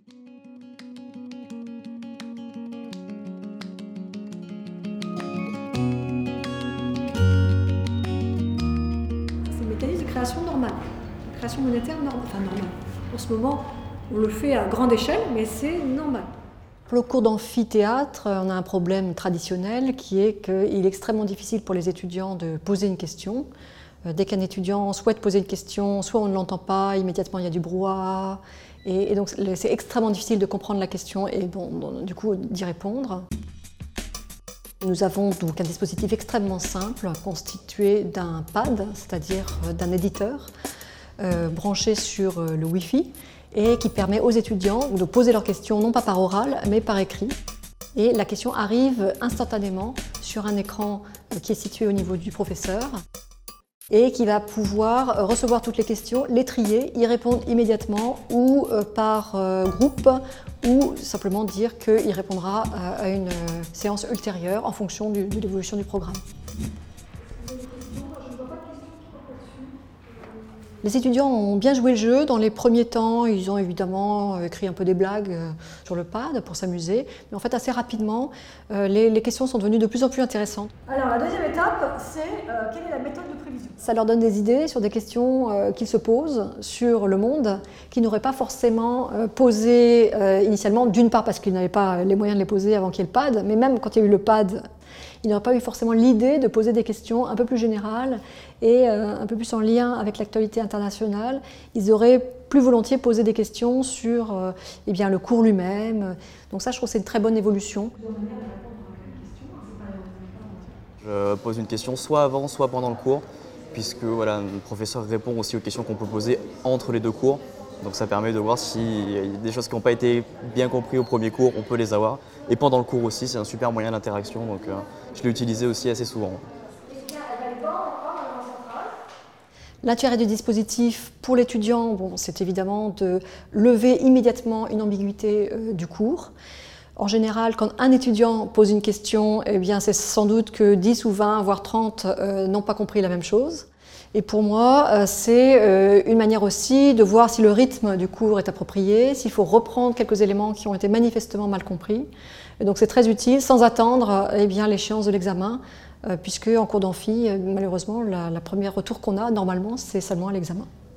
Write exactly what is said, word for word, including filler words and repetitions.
C'est le mécanisme de création normale, de création monétaire normale. Enfin normale. En ce moment, on le fait à grande échelle, mais c'est normal. Pour le cours d'amphithéâtre, on a un problème traditionnel qui est qu'il est extrêmement difficile pour les étudiants de poser une question. Dès qu'un étudiant souhaite poser une question, soit on ne l'entend pas, immédiatement il y a du brouhaha, et, et donc c'est extrêmement difficile de comprendre la question et bon, bon, du coup d'y répondre. Nous avons donc un dispositif extrêmement simple constitué d'un pad, c'est-à-dire d'un éditeur, euh, branché sur le Wi-Fi et qui permet aux étudiants de poser leurs questions non pas par oral mais par écrit. Et la question arrive instantanément sur un écran qui est situé au niveau du professeur et qui va pouvoir recevoir toutes les questions, les trier, y répondre immédiatement ou par groupe ou simplement dire qu'il répondra à une séance ultérieure en fonction de l'évolution du programme. Les étudiants ont bien joué le jeu. Dans les premiers temps, ils ont évidemment écrit un peu des blagues sur le pad pour s'amuser. Mais en fait, assez rapidement, les, les questions sont devenues de plus en plus intéressantes. Alors, la deuxième étape, c'est euh, quelle est la méthode de prévision? Ça leur donne des idées sur des questions euh, qu'ils se posent sur le monde, qu'ils n'auraient pas forcément euh, posées euh, initialement, d'une part parce qu'ils n'avaient pas les moyens de les poser avant qu'il y ait le pad, mais même quand il y a eu le pad, ils n'auraient pas eu forcément l'idée de poser des questions un peu plus générales et euh, un peu plus en lien avec l'actualité internationale. Ils auraient plus volontiers posé des questions sur euh, eh bien, le cours lui-même. Donc ça, je trouve que c'est une très bonne évolution. Je pose une question soit avant, soit pendant le cours, puisque voilà, le professeur répond aussi aux questions qu'on peut poser entre les deux cours. Donc ça permet de voir s'il y a des choses qui n'ont pas été bien comprises au premier cours, on peut les avoir. Et pendant le cours aussi, c'est un super moyen d'interaction, donc euh, je l'ai utilisé aussi assez souvent. L'intérêt du dispositif pour l'étudiant, bon, c'est évidemment de lever immédiatement une ambiguïté euh, du cours. En général, quand un étudiant pose une question, eh bien, c'est sans doute que dix ou vingt, voire trente euh, n'ont pas compris la même chose. Et pour moi, euh, c'est euh, une manière aussi de voir si le rythme du cours est approprié, s'il faut reprendre quelques éléments qui ont été manifestement mal compris. Et donc c'est très utile, sans attendre eh bien, l'échéance de l'examen, euh, puisque en cours d'amphi, malheureusement, la, la première retour qu'on a, normalement, c'est seulement à l'examen.